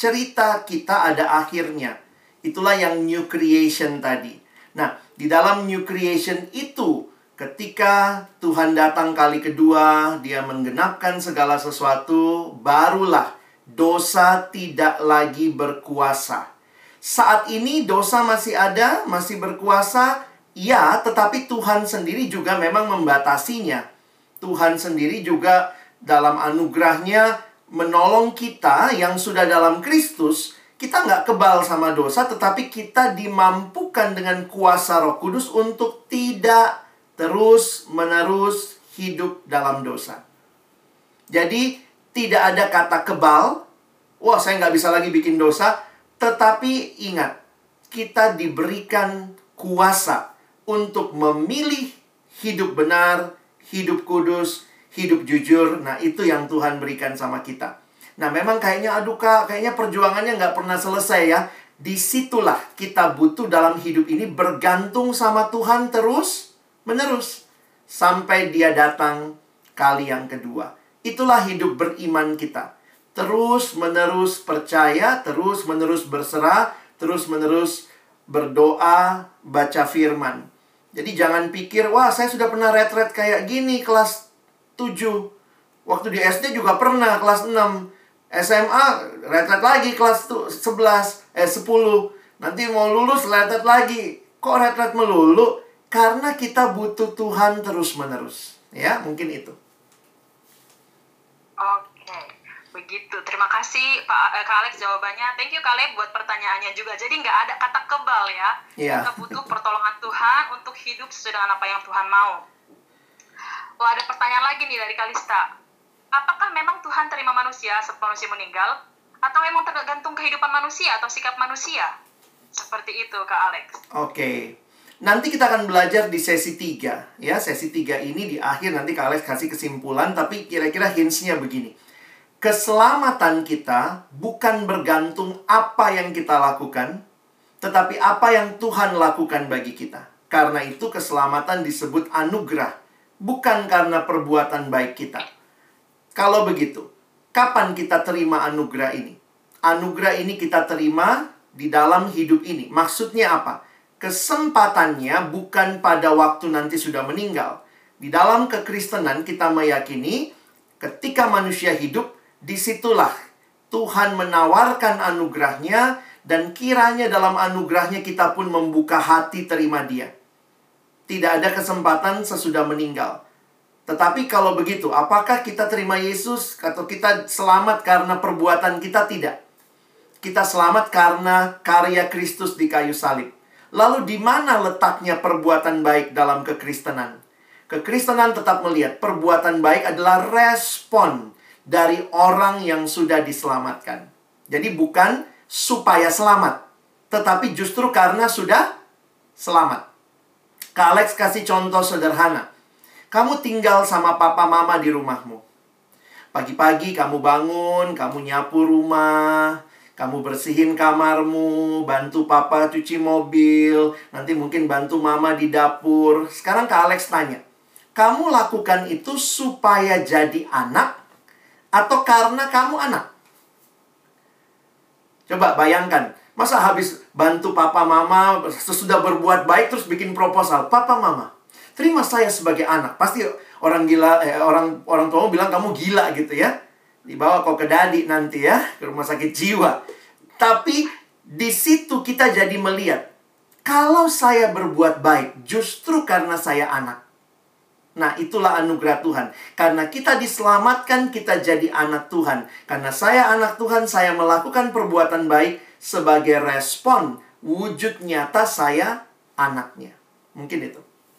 cerita kita ada akhirnya. Itulah yang new creation tadi. Nah, di dalam new creation itu, ketika Tuhan datang kali kedua, Dia menggenapkan segala sesuatu, barulah dosa tidak lagi berkuasa. Saat ini dosa masih ada, masih berkuasa, ya, tetapi Tuhan sendiri juga memang membatasinya. Tuhan sendiri juga dalam anugerahnya menolong kita yang sudah dalam Kristus. Kita nggak kebal sama dosa, tetapi kita dimampukan dengan kuasa Roh Kudus untuk tidak terus-menerus hidup dalam dosa. Jadi, tidak ada kata kebal. Wah, saya nggak bisa lagi bikin dosa. Tetapi ingat, kita diberikan kuasa untuk memilih hidup benar, hidup kudus, hidup jujur. Nah, itu yang Tuhan berikan sama kita. Nah, memang kayaknya, aduh Kak, kayaknya perjuangannya nggak pernah selesai ya. Disitulah kita butuh dalam hidup ini bergantung sama Tuhan terus menerus. Sampai Dia datang kali yang kedua. Itulah hidup beriman kita. Terus menerus percaya, terus menerus berserah, terus menerus berdoa, baca firman. Jadi jangan pikir, wah saya sudah pernah retret kayak gini kelas tujuh. Waktu di S D juga pernah kelas enam. S M A retret lagi kelas sebelas, eh sepuluh. Nanti mau lulus retret lagi. Kok retret melulu? Karena kita butuh Tuhan terus-menerus. Ya, mungkin itu. Oke, begitu. Terima kasih Pak eh, Kak Alex jawabannya. Thank you Kak Alex buat pertanyaannya juga. Jadi nggak ada kata kebal ya. Yeah. Kita butuh pertolongan Tuhan untuk hidup sesuai dengan apa yang Tuhan mau. Wah, ada pertanyaan lagi nih dari Kalista. Apakah memang Tuhan terima manusia setelah manusia meninggal? Atau memang tergantung kehidupan manusia atau sikap manusia? Seperti itu Kak Alex. Oke. Nanti kita akan belajar di sesi tiga. Ya, sesi tiga ini di akhir nanti Kak Alex kasih kesimpulan. Tapi kira-kira hints-nya begini. Keselamatan kita bukan bergantung apa yang kita lakukan, tetapi apa yang Tuhan lakukan bagi kita. Karena itu keselamatan disebut anugerah, bukan karena perbuatan baik kita. Kalau begitu, kapan kita terima anugerah ini? Anugerah ini kita terima di dalam hidup ini. Maksudnya apa? Kesempatannya bukan pada waktu nanti sudah meninggal. Di dalam kekristenan kita meyakini ketika manusia hidup, disitulah Tuhan menawarkan anugerahnya, dan kiranya dalam anugerahnya kita pun membuka hati terima Dia. Tidak ada kesempatan sesudah meninggal. Tetapi kalau begitu, apakah kita terima Yesus atau kita selamat karena perbuatan kita? Tidak. Kita selamat karena karya Kristus di kayu salib. Lalu di mana letaknya perbuatan baik dalam kekristenan? Kekristenan tetap melihat perbuatan baik adalah respon dari orang yang sudah diselamatkan. Jadi bukan supaya selamat, tetapi justru karena sudah selamat. Kak Alex kasih contoh sederhana. Kamu tinggal sama papa mama di rumahmu. Pagi-pagi kamu bangun, kamu nyapu rumah, kamu bersihin kamarmu, bantu papa cuci mobil, nanti mungkin bantu mama di dapur. Sekarang Kak Alex tanya, kamu lakukan itu supaya jadi anak atau karena kamu anak? Coba bayangkan, masa habis bantu papa mama, sesudah berbuat baik terus bikin proposal, papa mama, terima saya sebagai anak. Pasti orang gila, eh, orang orang tua bilang kamu gila gitu ya. Dibawa kok ke dadi nanti ya, ke rumah sakit jiwa. Tapi di situ kita jadi melihat, kalau saya berbuat baik justru karena saya anak. Nah, itulah anugerah Tuhan. Karena kita diselamatkan, kita jadi anak Tuhan. Karena saya anak Tuhan, saya melakukan perbuatan baik sebagai respon wujud nyata saya anaknya. Mungkin itu.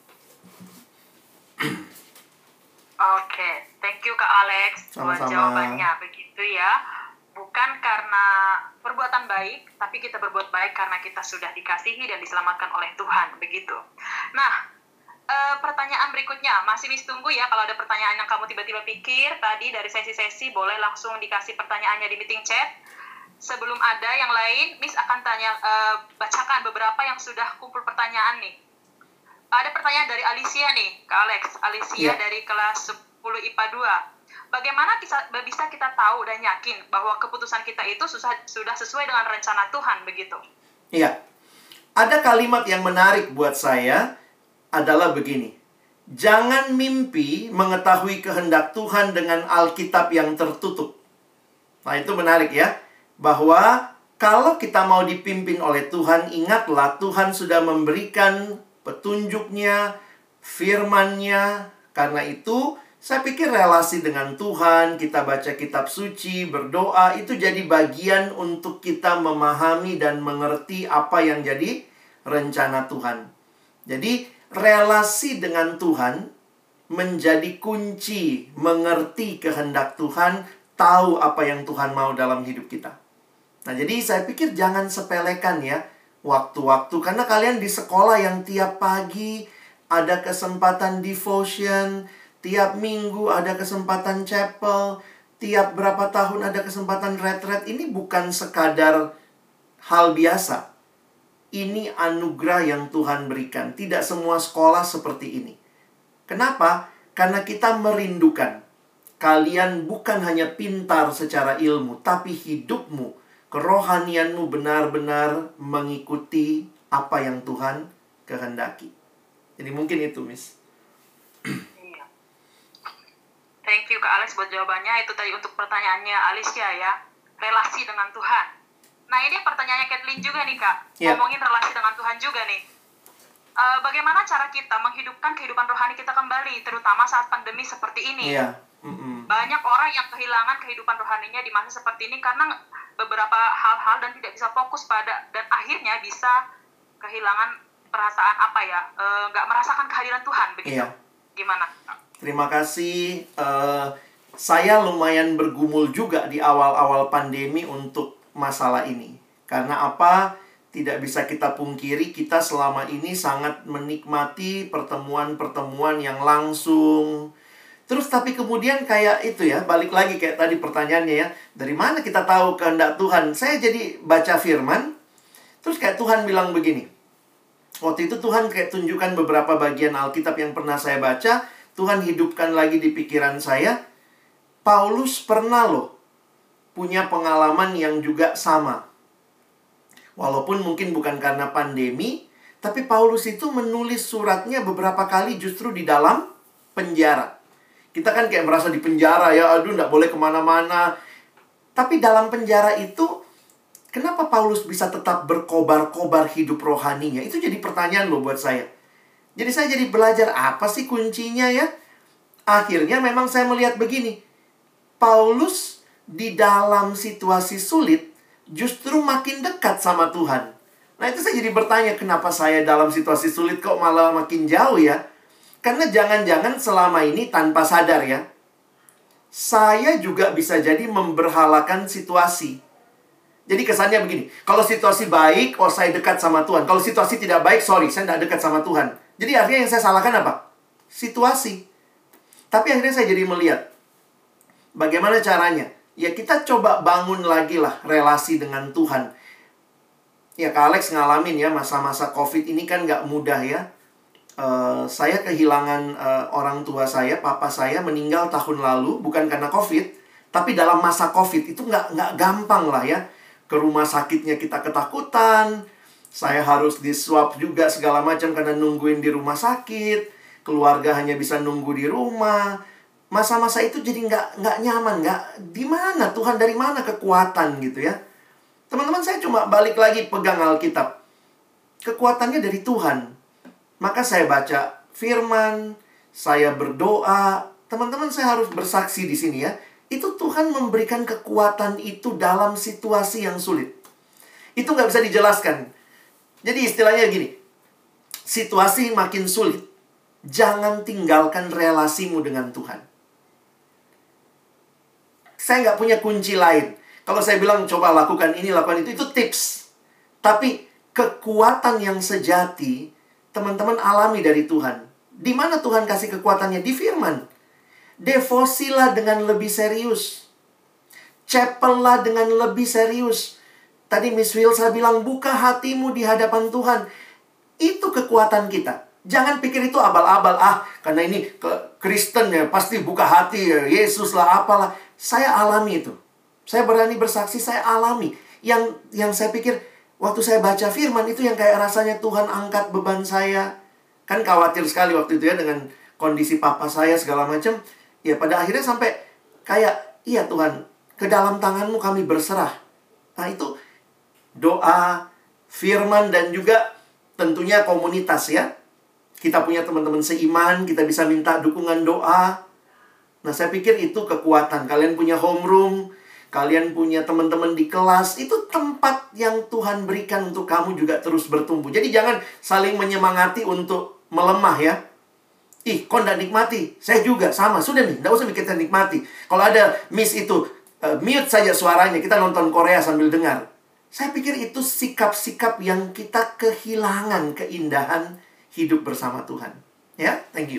Oke, thank you Kak Alex buat Sama-sama. jawabannya. Begitu ya. Bukan karena perbuatan baik, tapi kita berbuat baik karena kita sudah dikasihi dan diselamatkan oleh Tuhan. Begitu. Nah, Uh, pertanyaan berikutnya, masih Miss tunggu ya. Kalau ada pertanyaan yang kamu tiba-tiba pikir tadi dari sesi-sesi, boleh langsung dikasih pertanyaannya di meeting chat. Sebelum ada yang lain, Miss akan tanya, uh, bacakan beberapa yang sudah kumpul pertanyaan nih. Ada pertanyaan dari Alicia nih, Kak Alex. Alicia Yeah. dari kelas sepuluh I P A dua. Bagaimana bisa, bisa kita tahu dan yakin bahwa keputusan kita itu susah, sudah sesuai dengan rencana Tuhan begitu? Iya. Ada kalimat yang menarik buat saya adalah begini. Jangan mimpi mengetahui kehendak Tuhan dengan Alkitab yang tertutup. Nah, itu menarik ya. Bahwa kalau kita mau dipimpin oleh Tuhan, ingatlah Tuhan sudah memberikan petunjuknya, firman-Nya. Karena itu, saya pikir relasi dengan Tuhan, kita baca kitab suci, berdoa, itu jadi bagian untuk kita memahami dan mengerti apa yang jadi rencana Tuhan. Jadi, relasi dengan Tuhan menjadi kunci mengerti kehendak Tuhan, tahu apa yang Tuhan mau dalam hidup kita. Nah, jadi saya pikir jangan sepelekan ya waktu-waktu. Karena kalian di sekolah yang tiap pagi ada kesempatan devotion, tiap minggu ada kesempatan chapel, tiap berapa tahun ada kesempatan retreat. Ini bukan sekadar hal biasa. Ini anugerah yang Tuhan berikan. Tidak semua sekolah seperti ini. Kenapa? Karena kita merindukan. Kalian bukan hanya pintar secara ilmu, tapi hidupmu, kerohanianmu benar-benar mengikuti apa yang Tuhan kehendaki. Jadi mungkin itu, Miss. Thank you Kak Alex buat jawabannya. Itu tadi untuk pertanyaannya Alicia ya. Relasi dengan Tuhan. Nah, ini pertanyaannya Kathleen juga nih Kak. Yeah. Ngomongin relasi dengan Tuhan juga nih. Uh, bagaimana cara kita menghidupkan kehidupan rohani kita kembali, terutama saat pandemi seperti ini? Yeah. Mm-hmm. Banyak orang yang kehilangan kehidupan rohaninya di masa seperti ini karena beberapa hal-hal dan tidak bisa fokus pada, dan akhirnya bisa kehilangan perasaan apa ya, uh, gak merasakan kehadiran Tuhan begitu. Yeah. Gimana? Terima kasih. Uh, saya lumayan bergumul juga di awal-awal pandemi untuk masalah ini. Karena apa? Tidak bisa kita pungkiri, kita selama ini sangat menikmati pertemuan-pertemuan yang langsung. Terus tapi kemudian kayak itu ya, balik lagi kayak tadi pertanyaannya ya. Dari mana kita tahu kehendak Tuhan? Saya jadi baca firman, terus kayak Tuhan bilang begini. Waktu itu Tuhan kayak tunjukkan beberapa bagian Alkitab yang pernah saya baca. Tuhan hidupkan lagi di pikiran saya. Paulus pernah loh punya pengalaman yang juga sama. Walaupun mungkin bukan karena pandemi, tapi Paulus itu menulis suratnya beberapa kali justru di dalam penjara. Kita kan kayak merasa di penjara ya, aduh gak boleh kemana-mana. Tapi dalam penjara itu, kenapa Paulus bisa tetap berkobar-kobar hidup rohaninya? Itu jadi pertanyaan loh buat saya. Jadi saya jadi belajar apa sih kuncinya ya? Akhirnya memang saya melihat begini. Paulus di dalam situasi sulit justru makin dekat sama Tuhan. Nah itu saya jadi bertanya, kenapa saya dalam situasi sulit kok malah makin jauh ya? Karena jangan-jangan selama ini tanpa sadar ya, saya juga bisa jadi memberhalakan situasi. Jadi kesannya begini, kalau situasi baik, oh saya dekat sama Tuhan. Kalau situasi tidak baik, sorry, saya tidak dekat sama Tuhan. Jadi akhirnya yang saya salahkan apa? Situasi. Tapi akhirnya saya jadi melihat, bagaimana caranya? Ya kita coba bangun lagi lah relasi dengan Tuhan. Ya Kak Alex ngalamin ya, masa-masa COVID ini kan gak mudah ya. Uh, saya kehilangan uh, orang tua saya, papa saya meninggal tahun lalu, bukan karena COVID, tapi dalam masa COVID itu gak, gak gampang lah ya. Ke rumah sakitnya kita ketakutan, saya harus di-swab juga segala macam karena nungguin di rumah sakit, keluarga hanya bisa nunggu di rumah. Masa-masa itu jadi nggak nggak nyaman, nggak di mana Tuhan, dari mana kekuatan gitu ya. Teman-teman, saya cuma balik lagi pegang Alkitab. Kekuatannya dari Tuhan. Maka saya baca firman, saya berdoa. Teman-teman, saya harus bersaksi di sini ya. Itu Tuhan memberikan kekuatan itu dalam situasi yang sulit. Itu nggak bisa dijelaskan. Jadi istilahnya gini, situasi makin sulit, jangan tinggalkan relasimu dengan Tuhan. Saya nggak punya kunci lain. Kalau saya bilang coba lakukan ini, lakukan itu, itu tips. Tapi kekuatan yang sejati, teman-teman alami dari Tuhan. Di mana Tuhan kasih kekuatannya? Di firman. Devosilah dengan lebih serius. Chapel-lah dengan lebih serius. Tadi Miss Wilsa bilang, buka hatimu di hadapan Tuhan. Itu kekuatan kita. Jangan pikir itu abal-abal. Ah, karena ini ke Kristen ya, pasti buka hati ya, Yesus lah apalah. Saya alami itu. Saya berani bersaksi, saya alami. Yang yang saya pikir, waktu saya baca firman itu yang kayak rasanya Tuhan angkat beban saya. Kan khawatir sekali waktu itu ya dengan kondisi papa saya segala macam. Ya pada akhirnya sampai kayak, iya Tuhan, ke dalam tangan-Mu kami berserah. Nah itu doa, firman, dan juga tentunya komunitas ya. Kita punya teman-teman seiman, kita bisa minta dukungan doa. Nah, saya pikir itu kekuatan. Kalian punya homeroom, kalian punya teman-teman di kelas. Itu tempat yang Tuhan berikan untuk kamu juga terus bertumbuh. Jadi jangan saling menyemangati untuk melemah ya. Ih, kok nggak nikmati? Saya juga, sama. Sudah nih, nggak usah bikin kita nikmati. Kalau ada miss itu, uh, mute saja suaranya. Kita nonton Korea sambil dengar. Saya pikir itu sikap-sikap yang kita kehilangan keindahan hidup bersama Tuhan. Ya, thank you.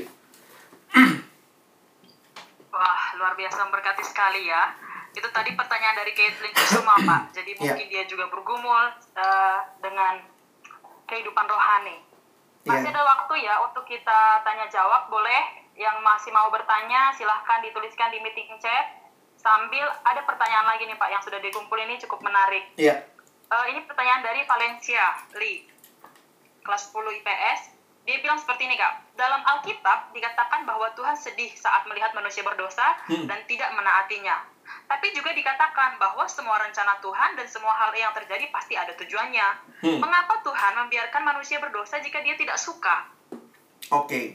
Wah, luar biasa memberkati sekali ya. Itu tadi pertanyaan dari Caitlin Kusuma, Pak. Jadi mungkin yeah. dia juga bergumul uh, dengan kehidupan rohani. Masih yeah. ada waktu ya untuk kita tanya jawab. Boleh yang masih mau bertanya, silahkan dituliskan di meeting chat. Sambil ada pertanyaan lagi nih Pak yang sudah dikumpul ini cukup menarik. Yeah. Uh, ini pertanyaan dari Valencia Lee, kelas sepuluh I P S. Dia bilang seperti ini, Kak. Dalam Alkitab dikatakan bahwa Tuhan sedih saat melihat manusia berdosa hmm. dan tidak menaatinya. Tapi juga dikatakan bahwa semua rencana Tuhan dan semua hal yang terjadi pasti ada tujuannya. Hmm. Mengapa Tuhan membiarkan manusia berdosa jika dia tidak suka? Oke. Okay.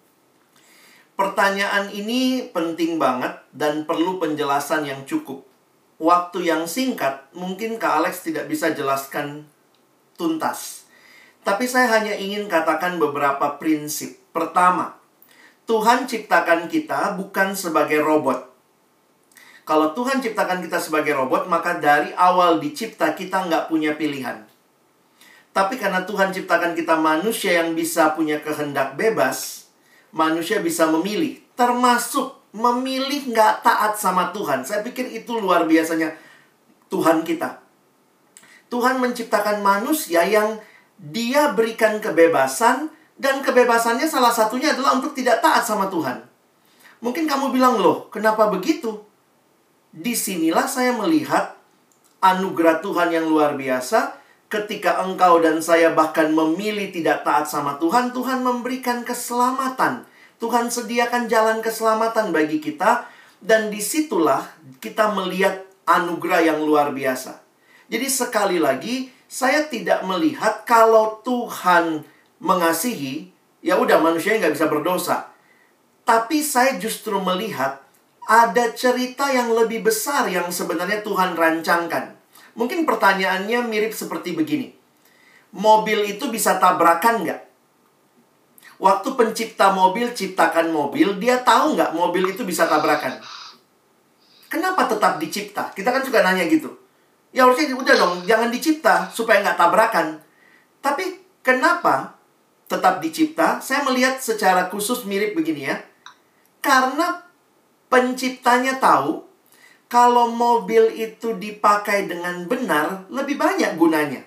Pertanyaan ini penting banget dan perlu penjelasan yang cukup. Waktu yang singkat, mungkin Kak Alex tidak bisa jelaskan tuntas. Tapi saya hanya ingin katakan beberapa prinsip. Pertama, Tuhan ciptakan kita bukan sebagai robot. Kalau Tuhan ciptakan kita sebagai robot, maka dari awal dicipta kita nggak punya pilihan. Tapi karena Tuhan ciptakan kita manusia yang bisa punya kehendak bebas, manusia bisa memilih. Termasuk memilih nggak taat sama Tuhan. Saya pikir itu luar biasanya Tuhan kita. Tuhan menciptakan manusia yang Dia berikan kebebasan, dan kebebasannya salah satunya adalah untuk tidak taat sama Tuhan. Mungkin kamu bilang, loh, kenapa begitu? Disinilah saya melihat anugerah Tuhan yang luar biasa. Ketika engkau dan saya bahkan memilih tidak taat sama Tuhan, Tuhan memberikan keselamatan. Tuhan sediakan jalan keselamatan bagi kita, dan disitulah kita melihat anugerah yang luar biasa. Jadi sekali lagi, saya tidak melihat kalau Tuhan mengasihi, ya udah manusia nggak bisa berdosa. Tapi saya justru melihat ada cerita yang lebih besar yang sebenarnya Tuhan rancangkan. Mungkin pertanyaannya mirip seperti begini. Mobil itu bisa tabrakan nggak? Waktu pencipta mobil ciptakan mobil, dia tahu nggak mobil itu bisa tabrakan? Kenapa tetap dicipta? Kita kan suka nanya gitu. Ya harusnya udah dong, jangan dicipta supaya nggak tabrakan. Tapi kenapa tetap dicipta? Saya melihat secara khusus mirip begini ya. Karena penciptanya tahu kalau mobil itu dipakai dengan benar, lebih banyak gunanya.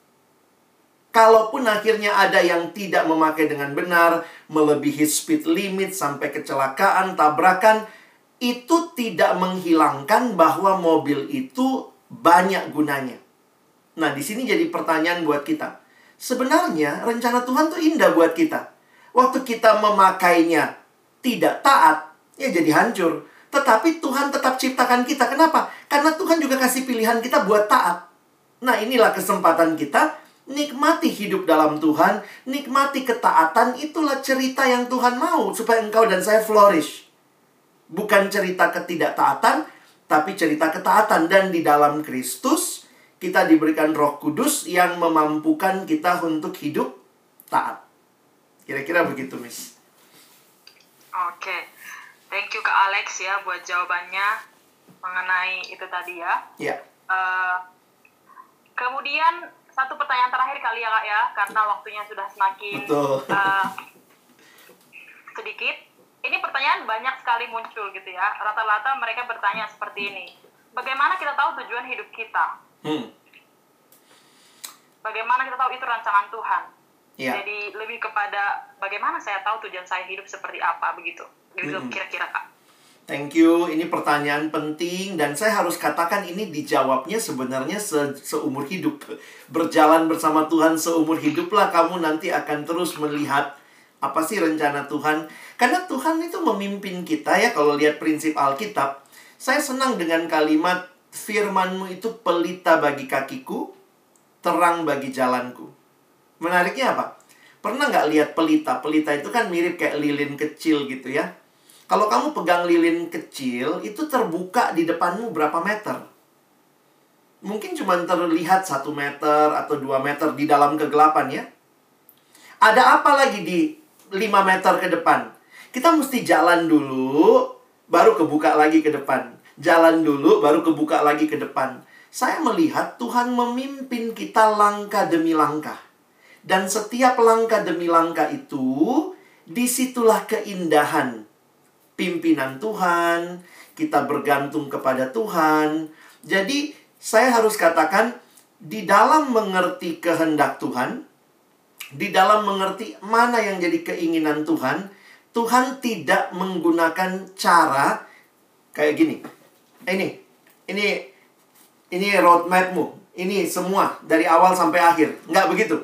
Kalaupun akhirnya ada yang tidak memakai dengan benar, melebihi speed limit sampai kecelakaan, tabrakan, itu tidak menghilangkan bahwa mobil itu banyak gunanya. Nah, di sini jadi pertanyaan buat kita. Sebenarnya rencana Tuhan tuh indah buat kita. Waktu kita memakainya tidak taat, ya jadi hancur. Tetapi Tuhan tetap ciptakan kita. Kenapa? Karena Tuhan juga kasih pilihan kita buat taat. Nah, inilah kesempatan kita. Nikmati hidup dalam Tuhan. Nikmati ketaatan. Itulah cerita yang Tuhan mau supaya engkau dan saya flourish. Bukan cerita ketidaktaatan, tapi cerita ketaatan. Dan di dalam Kristus, kita diberikan Roh Kudus yang memampukan kita untuk hidup taat. Kira-kira begitu, Miss. Oke. Thank you Kak Alex ya buat jawabannya mengenai itu tadi ya. Iya. Yeah. Uh, kemudian, satu pertanyaan terakhir kali ya Kak ya, karena waktunya sudah semakin uh, sedikit. Ini pertanyaan banyak sekali muncul gitu ya. Rata-rata mereka bertanya seperti ini. Bagaimana kita tahu tujuan hidup kita? Hmm. Bagaimana kita tahu itu rancangan Tuhan? Yeah. Jadi lebih kepada bagaimana saya tahu tujuan saya hidup seperti apa begitu. Gitu Mm-mm. kira-kira, Kak. Thank you, ini pertanyaan penting dan saya harus katakan ini dijawabnya sebenarnya se seumur hidup. Berjalan bersama Tuhan seumur hiduplah kamu nanti akan terus melihat apa sih rencana Tuhan. Karena Tuhan itu memimpin kita ya, kalau lihat prinsip Alkitab. Saya senang dengan kalimat firman-Mu itu pelita bagi kakiku, terang bagi jalanku. Menariknya apa? Pernah nggak lihat pelita? Pelita itu kan mirip kayak lilin kecil gitu ya. Kalau kamu pegang lilin kecil, itu terbuka di depanmu berapa meter? Mungkin cuma terlihat satu meter atau dua meter di dalam kegelapan ya. Ada apa lagi di lima meter ke depan? Kita mesti jalan dulu, baru kebuka lagi ke depan. Jalan dulu, baru kebuka lagi ke depan. Saya melihat Tuhan memimpin kita langkah demi langkah. Dan setiap langkah demi langkah itu, disitulah keindahan pimpinan Tuhan, kita bergantung kepada Tuhan. Jadi, saya harus katakan, di dalam mengerti kehendak Tuhan, di dalam mengerti mana yang jadi keinginan Tuhan, Tuhan tidak menggunakan cara kayak gini. Ini, ini, ini roadmap-mu. Ini semua, dari awal sampai akhir. Nggak begitu.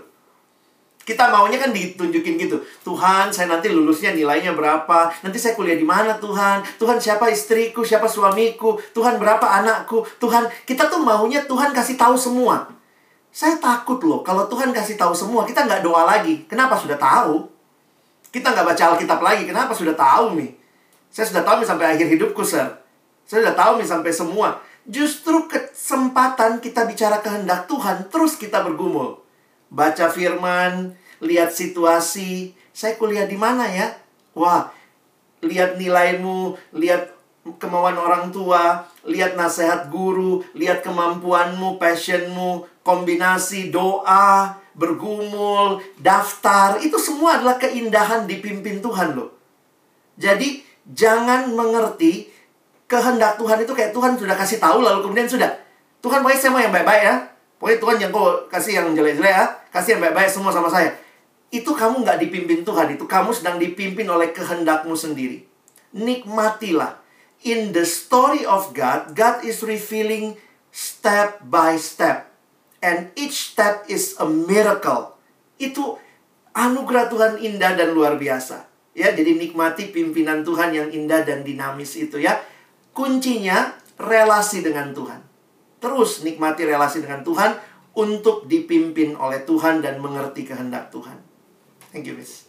Kita maunya kan ditunjukin gitu. Tuhan, saya nanti lulusnya nilainya berapa? Nanti saya kuliah di mana Tuhan? Tuhan, siapa istriku? Siapa suamiku? Tuhan, berapa anakku? Tuhan, kita tuh maunya Tuhan kasih tahu semua. Saya takut loh, kalau Tuhan kasih tahu semua, kita nggak doa lagi. Kenapa? Sudah tahu. Kita nggak baca Alkitab lagi. Kenapa? Sudah tahu nih. Saya sudah tahu nih sampai akhir hidupku, sir. Saya sudah tahu nih sampai semua. Justru kesempatan kita bicara kehendak Tuhan, terus kita bergumul. Baca firman, lihat situasi. Saya kuliah di mana ya? Wah, lihat nilaimu, lihat kemauan orang tua, lihat nasihat guru, lihat kemampuanmu, passionmu, kombinasi doa, bergumul, daftar. Itu semua adalah keindahan dipimpin Tuhan loh. Jadi, jangan mengerti kehendak Tuhan itu kayak Tuhan sudah kasih tahu, lalu kemudian sudah. Tuhan, pokoknya saya mau yang baik-baik ya. Pokoknya Tuhan jangan kau kasih yang jelek-jelek ya. Kasih yang baik-baik semua sama saya. Itu kamu nggak dipimpin Tuhan. Itu kamu sedang dipimpin oleh kehendakmu sendiri. Nikmatilah. In the story of God, God is revealing step by step. And each step is a miracle. Itu anugerah Tuhan indah dan luar biasa. Ya, jadi nikmati pimpinan Tuhan yang indah dan dinamis itu ya. Kuncinya relasi dengan Tuhan. Terus nikmati relasi dengan Tuhan untuk dipimpin oleh Tuhan dan mengerti kehendak Tuhan. Thank you, Miss.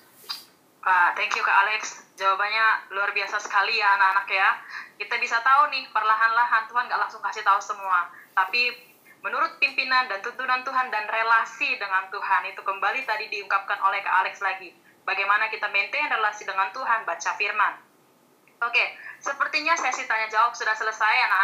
Pak, thank you Kak Alex. Jawabannya luar biasa sekali ya anak-anak ya. Kita bisa tahu nih perlahan-lahan Tuhan gak langsung kasih tahu semua. Tapi menurut pimpinan dan tuntunan Tuhan dan relasi dengan Tuhan itu kembali tadi diungkapkan oleh Kak Alex lagi. Bagaimana kita maintain relasi dengan Tuhan, baca firman. Oke, sepertinya sesi tanya jawab sudah selesai anak-anak.